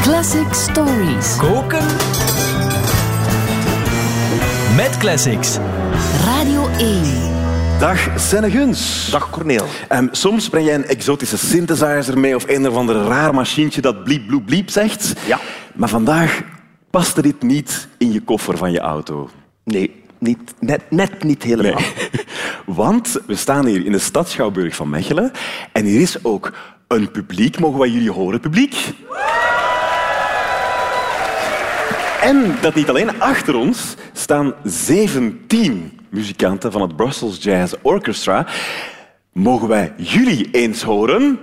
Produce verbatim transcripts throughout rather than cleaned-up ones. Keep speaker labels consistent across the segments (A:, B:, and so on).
A: Classic Stories.
B: Koken met Classics.
A: Radio één.
C: Dag Senneguns.
D: Dag Corneel.
C: Um, soms breng jij een exotische synthesizer mee of een of ander raar machientje dat bliep, bloep, bliep zegt.
D: Ja.
C: Maar vandaag paste dit niet in je koffer van je auto.
D: Nee, niet, net, net niet helemaal.
C: Nee. Want we staan hier in de stad Schouwburg van Mechelen en hier is ook een publiek. Mogen wij jullie horen, publiek? En dat niet alleen. Achter ons staan zeventien muzikanten van het Brussels Jazz Orchestra. Mogen wij jullie eens horen?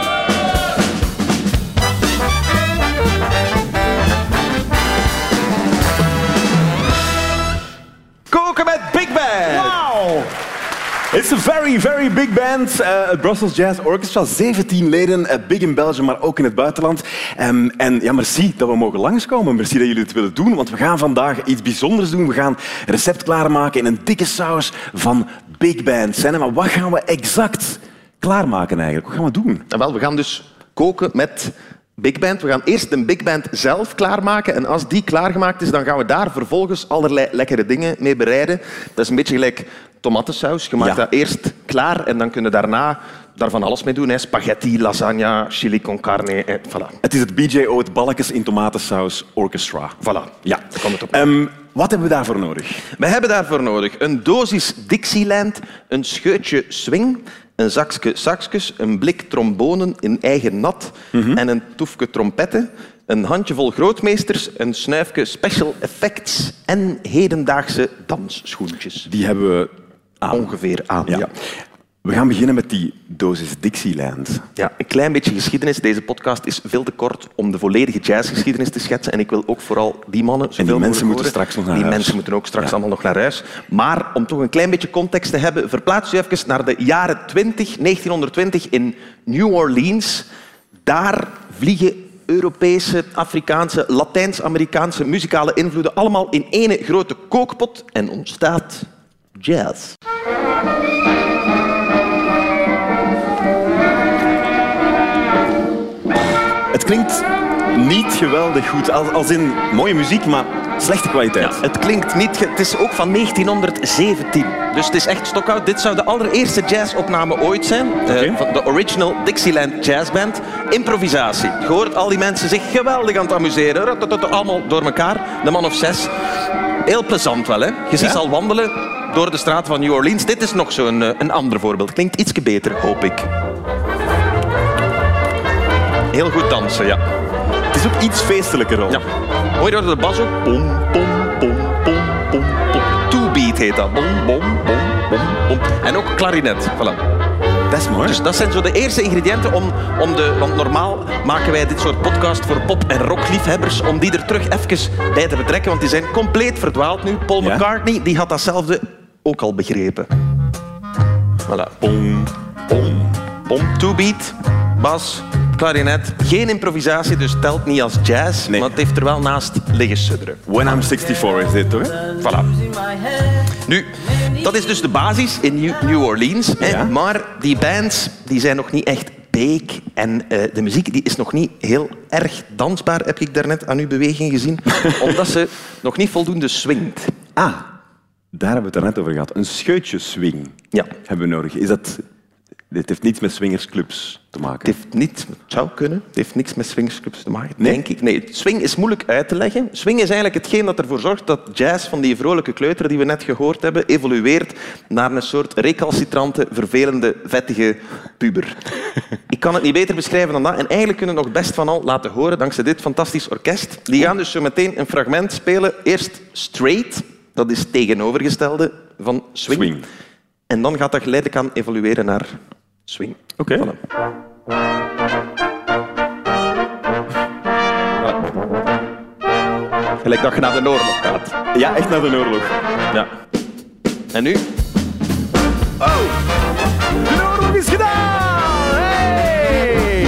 C: Koken met Big Band! Wow! It's a very, very big band. Uh, het Brussels Jazz Orchestra, zeventien leden, uh, big in België, maar ook in het buitenland. Um, en ja, merci dat we mogen langskomen. Merci dat jullie het willen doen, want we gaan vandaag iets bijzonders doen. We gaan een recept klaarmaken in een dikke saus van Big Band. Senne, maar wat gaan we exact klaarmaken eigenlijk? Wat gaan we doen?
D: Nou, wel, we gaan dus koken met Big Band. We gaan eerst de Big Band zelf klaarmaken. En als die klaargemaakt is, dan gaan we daar vervolgens allerlei lekkere dingen mee bereiden. Dat is een beetje gelijk tomatensaus. Je maakt
C: Ja.
D: dat eerst klaar en dan kun je daarna daar van alles mee doen. Hè. Spaghetti, lasagna, chili con carne. En voilà.
C: Het is het B J O, het Balkjes in Tomatensaus Orchestra.
D: Voilà.
C: Ja.
D: Daar komt het op.
C: Um, wat hebben we daarvoor nodig?
D: We hebben daarvoor nodig een dosis Dixieland, een scheutje swing, een zakje saxjes, een blik trombonen in eigen nat mm-hmm. en een toefje trompetten, een handjevol grootmeesters, een snuifje special effects en hedendaagse dansschoentjes.
C: Die hebben we aan.
D: Ongeveer aan.
C: Ja.
D: Ja.
C: We gaan beginnen met die dosis Dixieland.
D: Ja, een klein beetje geschiedenis. Deze podcast is veel te kort om de volledige jazzgeschiedenis te schetsen. En ik wil ook vooral die mannen zoveel
C: En die mensen
D: mogelijk
C: moeten
D: horen.
C: straks nog naar
D: Die
C: huis.
D: mensen moeten ook straks
C: Ja.
D: allemaal nog naar huis. Maar om toch een klein beetje context te hebben, verplaats u even naar de jaren twintig, negentienhonderdtwintig in New Orleans. Daar vliegen Europese, Afrikaanse, Latijns-Amerikaanse muzikale invloeden allemaal in één grote kookpot en ontstaat jazz.
C: Het klinkt niet geweldig goed. Als, als in mooie muziek, maar slechte kwaliteit.
D: Ja, het klinkt niet... ge- Het is ook van negentienhonderdzeventien. Dus het is echt stokoud. Dit zou de allereerste jazzopname ooit zijn.
C: Oké.
D: Uh, van de original Dixieland Jazz Band. Improvisatie. Je hoort al die mensen zich geweldig aan het amuseren. Rotototto, allemaal door elkaar. De man of zes. Heel plezant wel, hè? Je ziet ze al wandelen door de straat van New Orleans. Dit is nog zo'n uh, een ander voorbeeld. Klinkt ietsje beter, hoop ik. Heel goed dansen, ja.
C: Het is ook iets feestelijker al.
D: Ja. Hoor je door de bas ook? Pom, pom, pom, pom, pom, pom. Two-beat heet dat. Bom, bom, bom, bom, bom. En ook klarinet. Voilà.
C: Dat is mooi.
D: Dus dat zijn zo de eerste ingrediënten om, om de... Want normaal maken wij dit soort podcast voor pop- en rockliefhebbers om die er terug even bij te betrekken, want die zijn compleet verdwaald nu. Paul
C: Ja?
D: McCartney die had datzelfde ook al begrepen. Voilà.
C: Pom, pom.
D: Bom, two-beat, bas, klarinet. Geen improvisatie, dus telt niet als jazz,
C: Nee.
D: maar het heeft er wel naast liggen sudderen.
C: When I'm sixty-four is dit, toch?
D: Voilà. Nu, dat is dus de basis in New New Orleans. Hè?
C: Ja.
D: Maar die bands die zijn nog niet echt big. En uh, de muziek die is nog niet heel erg dansbaar, heb ik daarnet aan uw beweging gezien. Omdat ze nog niet voldoende swingt.
C: Ah, daar hebben we het net over gehad. Een scheutjeswing
D: Ja.
C: hebben we nodig. Is dat... Dit heeft niets met swingersclubs te maken.
D: Het heeft niet, het zou kunnen, het heeft niks met swingclubs te maken,
C: Nee?
D: denk ik. Nee, swing is moeilijk uit te leggen. Swing is eigenlijk hetgeen dat ervoor zorgt dat jazz van die vrolijke kleuter die we net gehoord hebben, evolueert naar een soort recalcitrante, vervelende, vettige puber. Ik kan het niet beter beschrijven dan dat. En eigenlijk kunnen we nog best van al laten horen dankzij dit fantastisch orkest. Die gaan dus zo meteen een fragment spelen. Eerst straight, dat is het tegenovergestelde van swing.
C: Swing.
D: En dan gaat dat geleidelijk aan evolueren naar swing.
C: Oké.
D: Voilà. Gelijk dat je naar de oorlog gaat.
C: Ja, echt naar de oorlog.
D: Ja. En nu?
C: Oh! De oorlog is gedaan! Hey!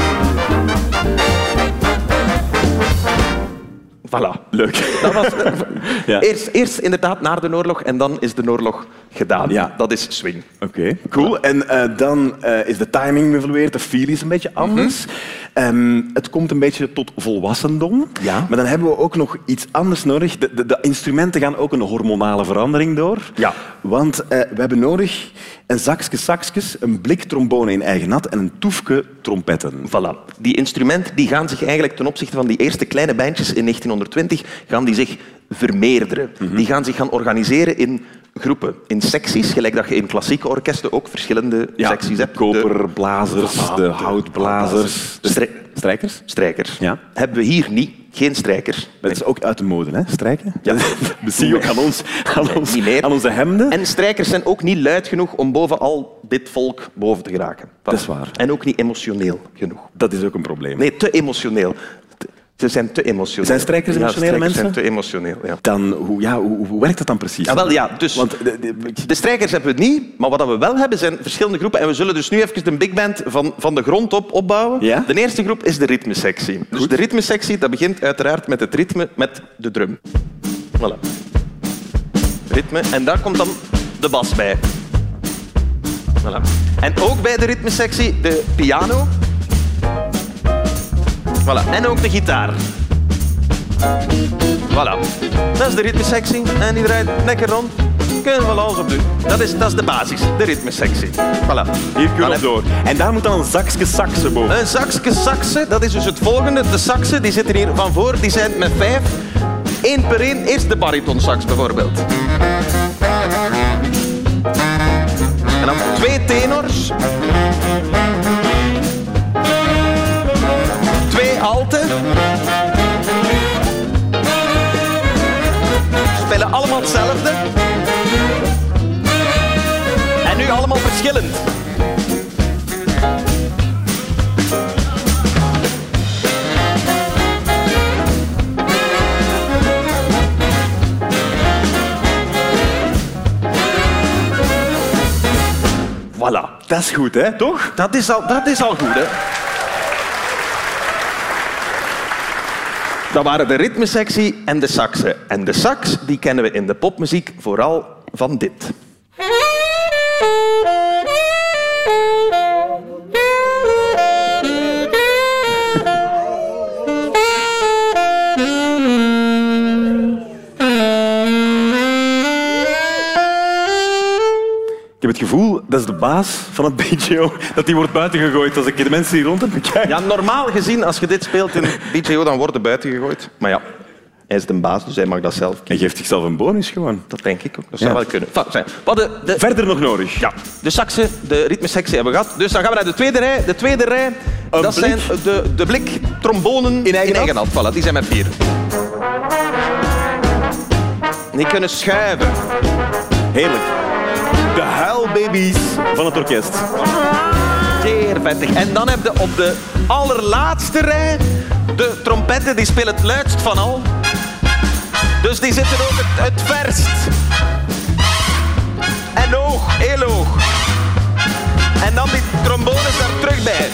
D: Voilà.
C: Leuk.
D: Dat was,
C: Ja.
D: eerst, eerst inderdaad naar de oorlog en dan is de oorlog gedaan.
C: Ja.
D: Dat is swing.
C: Oké, cool. En uh, dan uh, is de timing geëvalueerd, de feel is een beetje anders. Um, het komt een beetje tot volwassendom.
D: Ja.
C: Maar dan hebben we ook nog iets anders nodig. De, de, de instrumenten gaan ook een hormonale verandering door.
D: Ja.
C: Want uh, we hebben nodig een zakje saxjes, een blik trombone in eigen nat en een toefke trompetten.
D: Voilà. Die instrumenten die gaan zich eigenlijk ten opzichte van die eerste kleine bandjes in negentienhonderdtwintig gaan die zich vermeerderen. Mm-hmm. Die gaan zich gaan organiseren in groepen, in secties, gelijk dat je in klassieke orkesten ook verschillende
C: ja,
D: secties hebt.
C: De koperblazers, de, de houtblazers, de strij- strijkers.
D: Strijkers.
C: Ja.
D: Hebben we hier niet. Geen strijkers.
C: Dat is ook uit de mode, hè? Strijken.
D: Ja.
C: Dat zie je ook aan, ons, aan, ons,
D: Niet meer.
C: aan onze hemden.
D: En strijkers zijn ook niet luid genoeg om boven al dit volk boven te geraken.
C: Dat is waar.
D: En ook niet emotioneel genoeg.
C: Dat is ook een probleem.
D: Nee, te emotioneel. Ze zijn te emotioneel.
C: Zijn strijkers emotionele
D: ja,
C: mensen?
D: zijn te emotioneel, ja.
C: Dan, hoe, ja, hoe, hoe werkt dat dan precies?
D: Ja, wel, ja, dus
C: Want de, de,
D: de strijkers hebben we niet, maar wat we wel hebben zijn verschillende groepen. En we zullen dus nu even de big band van, van de grond op opbouwen.
C: Ja?
D: De eerste groep is de ritmesectie. Dus
C: Goed.
D: de ritmesectie dat begint uiteraard met het ritme, met de drum. Voilà. Ritme. En daar komt dan de bas bij. Voilà. En ook bij de ritmesectie de piano. Voilà. En ook de gitaar. Voilà. Dat is de ritmesectie. En die draait lekker rond. Kunnen we wel alles op doen. Dat is, dat is de basis, de ritmesectie. Voilà.
C: Hier kunnen we
D: heb-
C: door. En daar moet dan een zakje saxen boven.
D: Een zakje saxen, dat is dus het volgende. De saxen die zitten hier van voor, die zijn met vijf. Eén per één. Eerst de baritonsax bijvoorbeeld. En dan twee tenors. Twee alten. Spelen allemaal hetzelfde. En nu allemaal verschillend. Voilà.
C: Dat is goed, hè? Toch?
D: Dat is al, dat is al goed, hè? Dat waren de ritmesectie en de saxen. En de sax die kennen we in de popmuziek vooral van dit.
C: Ik heb het gevoel, dat is de baas van het B J O, dat die wordt buiten gegooid als ik de mensen hier rond heb bekijk.
D: Ja, normaal gezien, als je dit speelt in B J O, dan worden buiten gegooid. Maar ja, hij is de baas, dus hij mag dat zelf kiezen.
C: Hij geeft zichzelf een bonus gewoon.
D: Dat denk ik ook. Dat zou
C: Ja.
D: wel kunnen. Enfin, we hadden de,
C: Verder nog nodig.
D: ja, de saxen, de ritmesectie hebben we gehad. Dus dan gaan we naar de tweede rij. De tweede rij,
C: Een
D: dat
C: blik.
D: zijn de, de blik trombonen
C: In eigen
D: hand. Voilà, die zijn met vier. Die kunnen schuiven.
C: Heerlijk. De huilbabies van het orkest.
D: Zeer vettig. En dan heb je op de allerlaatste rij de trompetten, die spelen het luidst van al. Dus die zitten ook het, het verst. En hoog, heel hoog. En dan die trombones daar terug bij.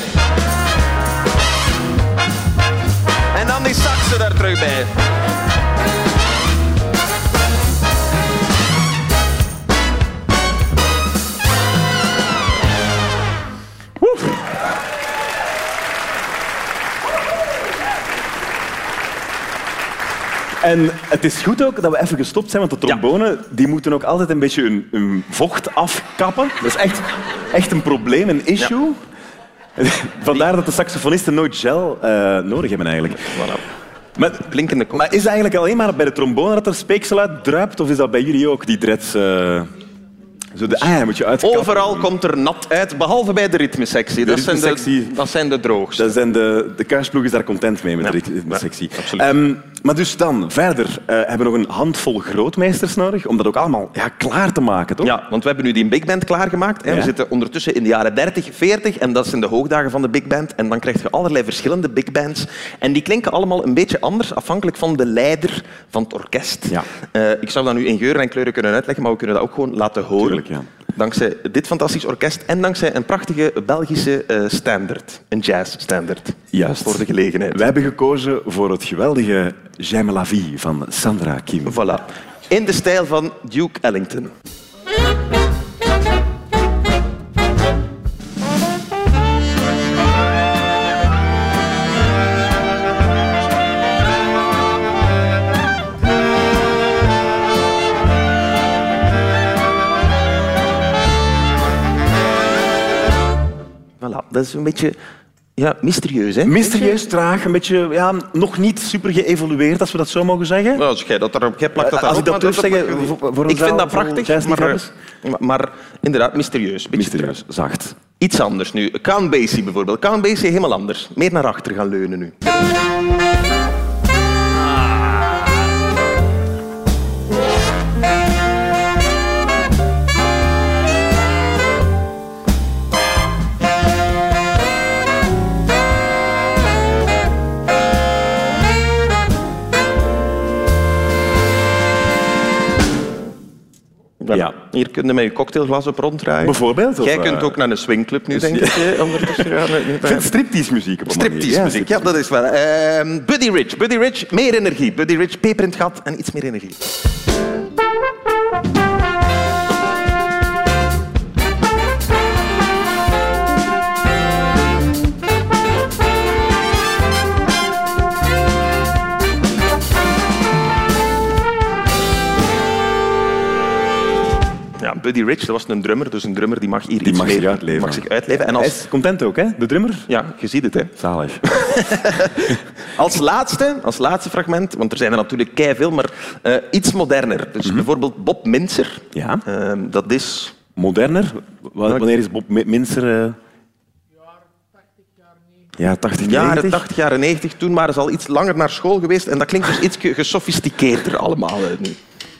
D: En dan die saxen daar terug bij.
C: En het is goed ook dat we even gestopt zijn, want de trombonen die moeten ook altijd een beetje hun, hun vocht afkappen. Dat is echt, echt een probleem, een issue. Vandaar dat de saxofonisten nooit gel uh, nodig hebben eigenlijk.
D: Voilà.
C: Maar,
D: Klinkende kop.
C: maar is het eigenlijk alleen maar bij de trombone dat er speeksel uit druipt, of is dat bij jullie ook, die dreads? Uh, zo de, ah ja, moet je uitkappen.
D: Overal komt er nat uit, behalve bij de ritmesectie. Dat, zijn de,
C: ritmesectie-
D: dat zijn de droogste.
C: Dat zijn de, de kaasploeg is daar content mee met
D: Ja.
C: de ritmesectie.
D: Ja, absoluut.
C: Um, maar dus dan, verder, uh, hebben we nog een handvol grootmeesters nodig om dat ook allemaal ja, klaar te maken, toch?
D: Ja, want we hebben nu die big band klaargemaakt. Hè.
C: Ja.
D: We zitten ondertussen in de jaren dertig, veertig en dat zijn de hoogdagen van de big band. En dan krijg je allerlei verschillende big bands. En die klinken allemaal een beetje anders, afhankelijk van de leider van het orkest.
C: Ja.
D: Uh, ik zou dat nu in geuren en kleuren kunnen uitleggen, maar we kunnen dat ook gewoon laten horen.
C: Tuurlijk, ja.
D: Dankzij dit fantastisch orkest en dankzij een prachtige Belgische uh, standaard. Een jazzstandard.
C: Juist.
D: Voor de gelegenheid.
C: We hebben gekozen voor het geweldige J'aime la vie van Sandra Kim.
D: Voilà. In de stijl van Duke Ellington. dat is een beetje ja, mysterieus. Hè?
C: Mysterieus, traag, een beetje ja, nog niet super geëvolueerd, als we dat zo mogen zeggen.
D: Nou, als jij dat erop, jij plakt dat
C: Als
D: daarop,
C: ik dat
D: maar
C: durf zeggen,
D: dat-
C: voor- voor
D: ik
C: een
D: vind dat
C: zaal vol
D: prachtig, maar,
C: jazzliefhebbers.
D: maar, maar inderdaad mysterieus. Beetje
C: Mysterieus, zacht.
D: Iets anders nu. Count Basie bijvoorbeeld. Count Basie helemaal anders. Meer naar achter gaan leunen nu.
C: Ja.
D: Hier kun je met je cocktailglas op ronddraaien.
C: Bijvoorbeeld, of,
D: Jij
C: eh,
D: kunt ook naar een swingclub nu, denk ik. eh, ondertussen gaan.
C: Ik vind striptease muziek op een manier.
D: Striptease muziek, ja, dat is wel. Ehm, Buddy Rich. Buddy Rich, meer energie. Buddy Rich, peper in het gat en iets meer energie. Ja, Buddy Rich, dat was een drummer, dus een drummer die mag hier
C: Die
D: iets
C: mag
D: meer-
C: zich uitleven.
D: mag zich uitleven. En
C: Hij
D: als,
C: is content ook, hè? De drummer?
D: ja, je ziet het, hè.
C: Zalig.
D: Als laatste, als laatste fragment, want er zijn er natuurlijk keiveel, maar uh, iets moderner. Dus bijvoorbeeld Bob Minzer.
C: Ja.
D: Uh, dat is...
C: Moderner? Wa- Wanneer is Bob Mi- Minzer... Uh... Ja, tachtig,
D: Jaren
C: negentig?
D: tachtig, jaren negentig. Toen waren ze al iets langer naar school geweest en dat klinkt dus iets ge- gesofisticeerder allemaal uh, nu.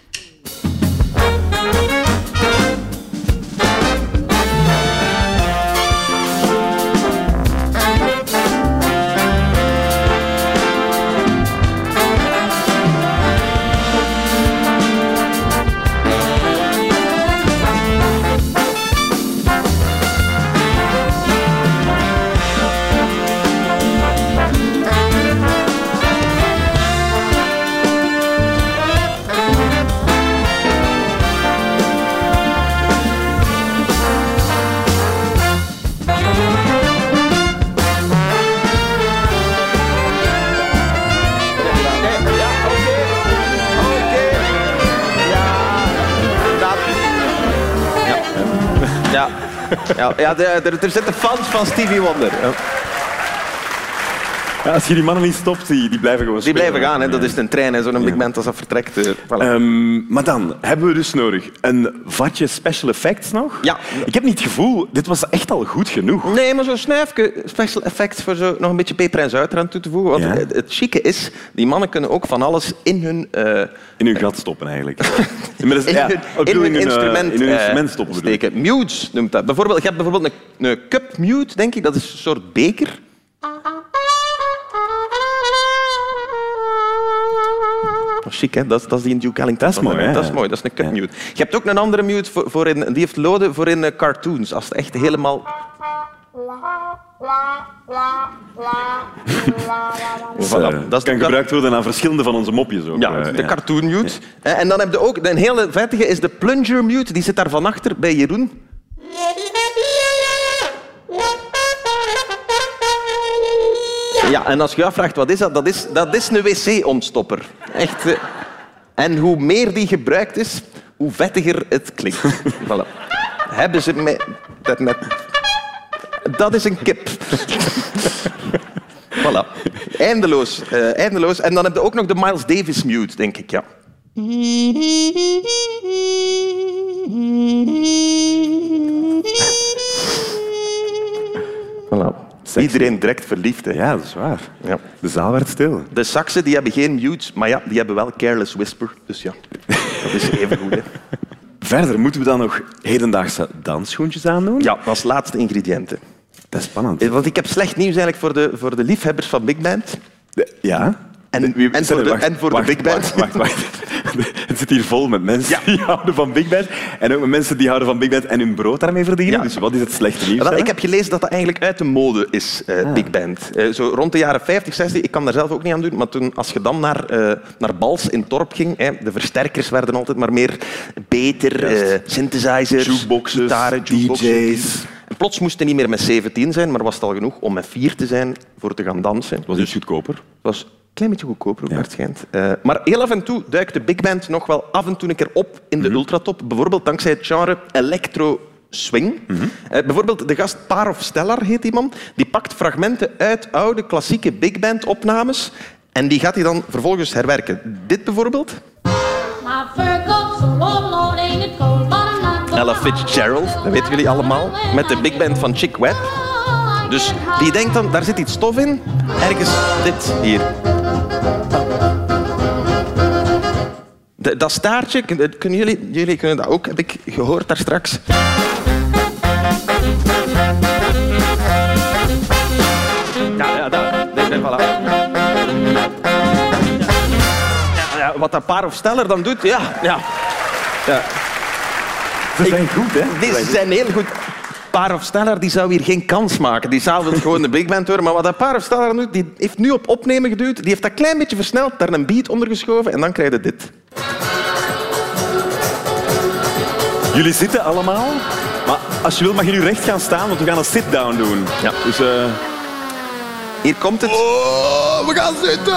D: Ja, ja, ja de, er, er zitten fans van Stevie Wonder. Ja.
C: Ja, als je die mannen niet stopt, die, die blijven gewoon
D: Die
C: spelen.
D: blijven gaan, hè. Dat is een trein, hè. Zo'n big band als dat vertrekt. eh, voilà.
C: Ehm, maar dan hebben we dus nodig een vatje special effects nog.
D: Ja.
C: Ik heb niet het gevoel, dit was echt al goed genoeg.
D: Nee, maar zo'n snuifje special effects voor zo nog een beetje peper en zout eraan toe te voegen. Want
C: Ja.
D: het, het chique is, die mannen kunnen ook van alles in hun, uh,
C: In hun gat stoppen, eigenlijk. Ja, maar dat is-
D: in
C: ja,
D: hun,
C: ik
D: in
C: bedoel,
D: hun
C: hun, eh,
D: instrument,
C: in hun
D: eh,
C: instrument stoppen. bedoel ik.
D: steken. Mutes noemt dat. Bijvoorbeeld, je hebt bijvoorbeeld een, een cup mute, denk ik. Dat is een soort beker. Oh, chic, hè? Dat, is- dat is die in Duke Ellington.
C: Dat is mooi, hè?
D: Dat is mooi, dat is een cup
C: Ja.
D: mute. Je hebt ook een andere mute voor, voor in, die heeft loden voor in uh, cartoons. Als het echt helemaal...
C: Dus,
D: Voilà,
C: eh,
D: dat is
C: kan
D: de-
C: gebruikt worden aan verschillende van onze mopjes ook.
D: Ja,
C: eh,
D: de cartoon mute. Eh, En dan heb je ook, een hele vettige is de plunger mute. Die zit daar van achter bij Jeroen. Ja, en als je je afvraagt wat is dat, dat is, dat is een wc-ontstopper. Echt. eh. En hoe meer die gebruikt is, hoe vettiger het klinkt. Voilà. Hebben ze met, dat met... Dat is een kip. Voilà. Eindeloos, eh, eindeloos. En dan heb je ook nog de Miles Davis mute, denk ik, ja. Voilà. Iedereen direct verliefd, hè.
C: Ja, dat is waar.
D: Ja.
C: De zaal werd stil.
D: De saxen die hebben geen mute, maar ja, die hebben wel careless whisper. Dus ja, dat is even goed, hè.
C: Verder moeten we dan nog hedendaagse dansschoentjes aandoen.
D: Ja, als laatste ingrediënten.
C: Dat is spannend.
D: Eh, Want ik heb slecht nieuws eigenlijk voor de, voor de liefhebbers van Big Band.
C: De- ja?
D: En,
C: Wie-
D: en, voor, de,
C: wacht,
D: en voor
C: wacht,
D: de Big Band.
C: Wacht, wacht, wacht. Het zit hier vol met mensen die houden van Big Band. En ook met mensen die houden van Big Band en hun brood daarmee verdienen.
D: Ja.
C: Dus wat is het slechte nieuws?
D: Wel,
C: hè?
D: ik heb gelezen dat dat eigenlijk uit de mode is, eh, Big Band. Eh, zo rond de jaren vijftig, zestig, ik kan daar zelf ook niet aan doen, maar toen, als je dan naar, eh, naar bals in het dorp ging, hè, de versterkers werden altijd maar meer beter, eh, synthesizers,
C: Jukeboxes,
D: gitaren,
C: D
D: jukeboxes.
C: J's.
D: En plots moest je niet meer met zeventien zijn, maar was het al genoeg om met vier te zijn voor te gaan dansen.
C: Het was iets goedkoper.
D: Het was een klein beetje goedkoper, ook naar het schijnt. Uh, maar heel af en toe duikt de Big Band nog wel af en toe een keer op in de ultratop. Bijvoorbeeld dankzij het genre electro swing. Mm-hmm. Uh, bijvoorbeeld de gast Parov Stelar heet die man. Die pakt fragmenten uit oude klassieke big band opnames en die gaat hij dan vervolgens herwerken. Dit bijvoorbeeld. Ella Fitzgerald, dat weten jullie allemaal, met de big band van Chick Webb. Dus die denkt dan, daar zit iets stof in. Ergens dit hier. De, dat staartje, kunnen jullie, jullie kunnen dat ook, heb ik gehoord daar straks. Ja, ja, dat. Nee, nee, voilà. Ja, ja, wat dat Parov Stelar dan doet, ja. ja. ja.
C: Ze zijn goed, hè?
D: Die zijn heel goed. Parov Stelar die zou hier geen kans maken. Die zou wil gewoon de big band horen. Maar wat dat Parov Stelar doet, die heeft nu op opnemen geduwd. Die heeft dat klein beetje versneld, daar een beat onder geschoven en dan krijg je dit.
C: Jullie zitten allemaal, maar als je wil mag je nu recht gaan staan, want we gaan een sit-down doen.
D: Ja.
C: Dus uh...
D: hier komt het.
C: Oh, we gaan zitten!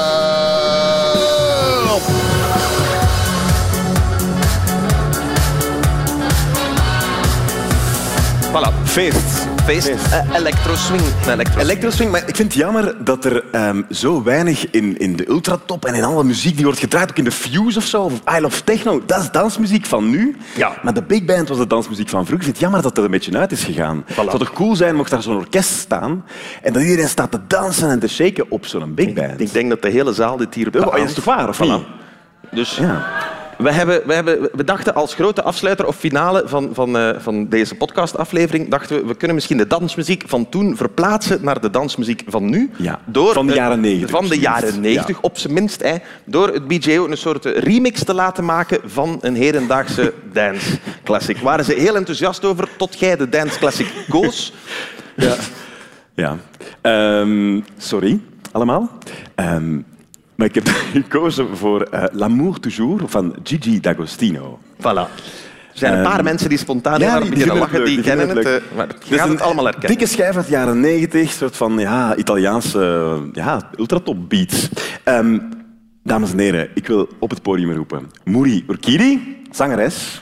D: Voilà.
C: Feest.
D: Feest. Uh, electro-swing. Electro
C: Electro-swing, maar ik vind het jammer dat er um, zo weinig in, in de ultratop en in alle muziek die wordt gedraaid, ook in de Fuse of zo, of I Love Techno, dat is dansmuziek van nu.
D: Ja.
C: Maar de big band was de dansmuziek van vroeger. Ik vind het jammer dat dat een beetje uit is gegaan. Voilà. Het zou toch cool zijn mocht daar zo'n orkest staan en dat iedereen staat te dansen en te shaken op zo'n big band.
D: Ik, ik denk dat de hele zaal dit hier op
C: oh, is toch waar, of
D: voilà.
C: niet?
D: Dus...
C: Ja.
D: We, hebben, we, hebben, we dachten als grote afsluiter of finale van, van, uh, van deze podcastaflevering, dachten we, we kunnen misschien de dansmuziek van toen verplaatsen naar de dansmuziek van nu.
C: Ja,
D: door
C: van de jaren negentig.
D: Van de jaren negentig, ja. Op zijn minst. Hè, door het B J O een soort remix te laten maken van een hedendaagse dance classic. Waren ze heel enthousiast over, tot jij de dance classic koos.
C: Ja. ja. Um, sorry, allemaal. Um, Maar ik heb gekozen voor uh, L'amour toujours van Gigi D'Agostino.
D: Voilà. Er zijn een paar um, mensen die spontaan ja, die beginnen lachen, leuk, die kennen het. het uh, maar je gaat het allemaal herkennen.
C: Dikke schijf uit de jaren negentig, soort van ja, Italiaanse uh, ja, ultratop beats. Um, dames en heren, ik wil op het podium roepen Muri Urquidy, zangeres.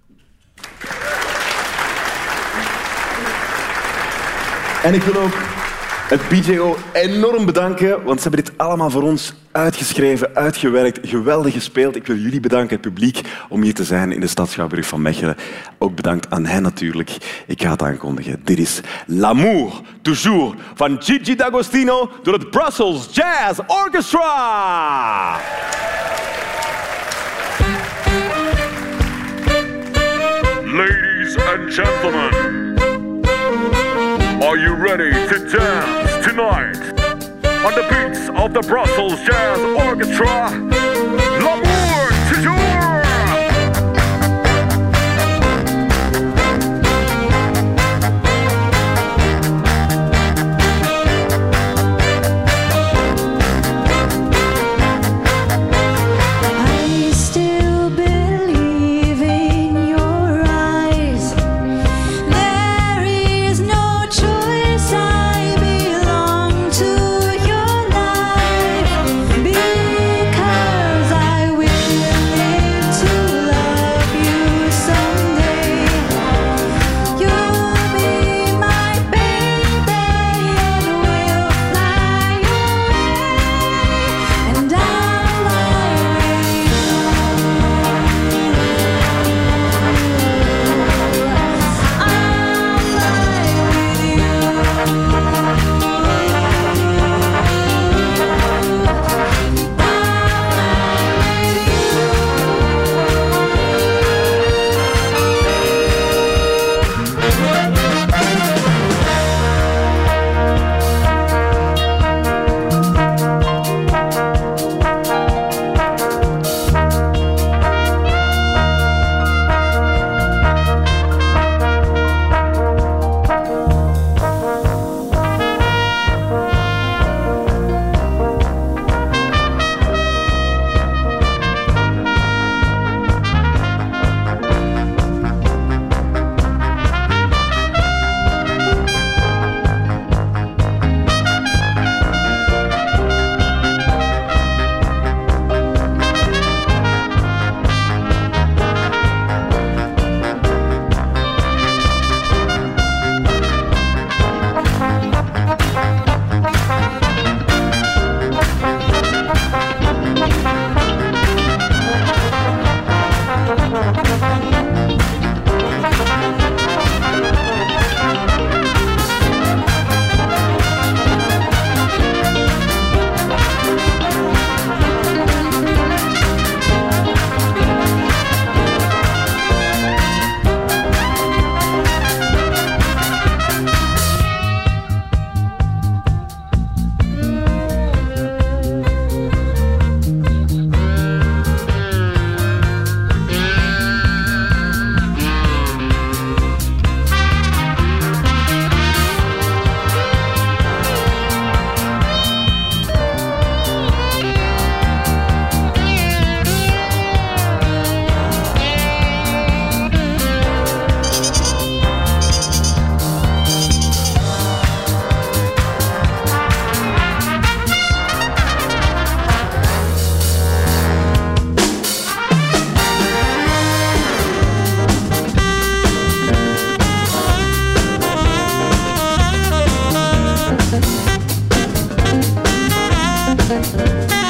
C: En ik wil ook het B J O enorm bedanken, want ze hebben dit allemaal voor ons uitgeschreven, uitgewerkt, geweldig gespeeld. Ik wil jullie bedanken, het publiek, om hier te zijn in de Stad Schouwburg van Mechelen. Ook bedankt aan hen natuurlijk. Ik ga het aankondigen. Dit is L'amour toujours van Gigi D'Agostino door het Brussels Jazz Orchestra.
E: Ladies and gentlemen, are you ready to dance tonight on the beats of the Brussels Jazz Orchestra? L'amour toujours!
F: I still believe in your eyes. There is no choice. I belong to your life because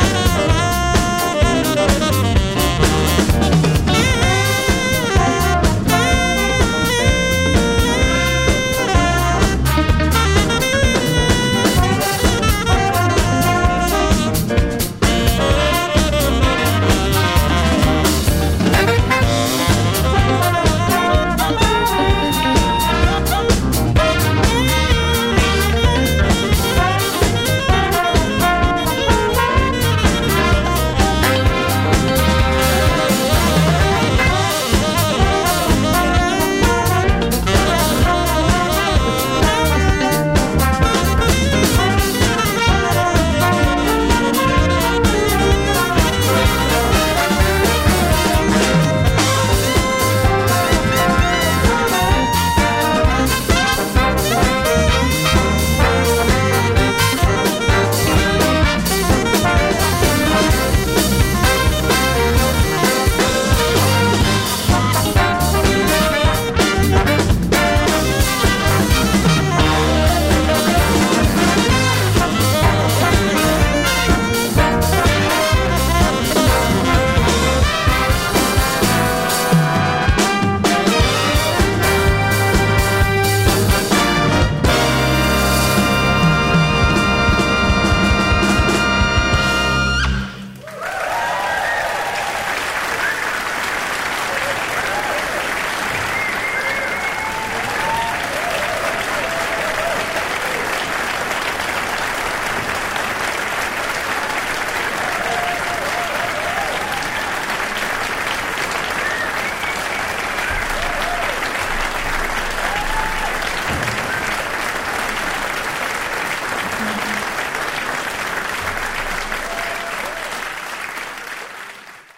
F: Thank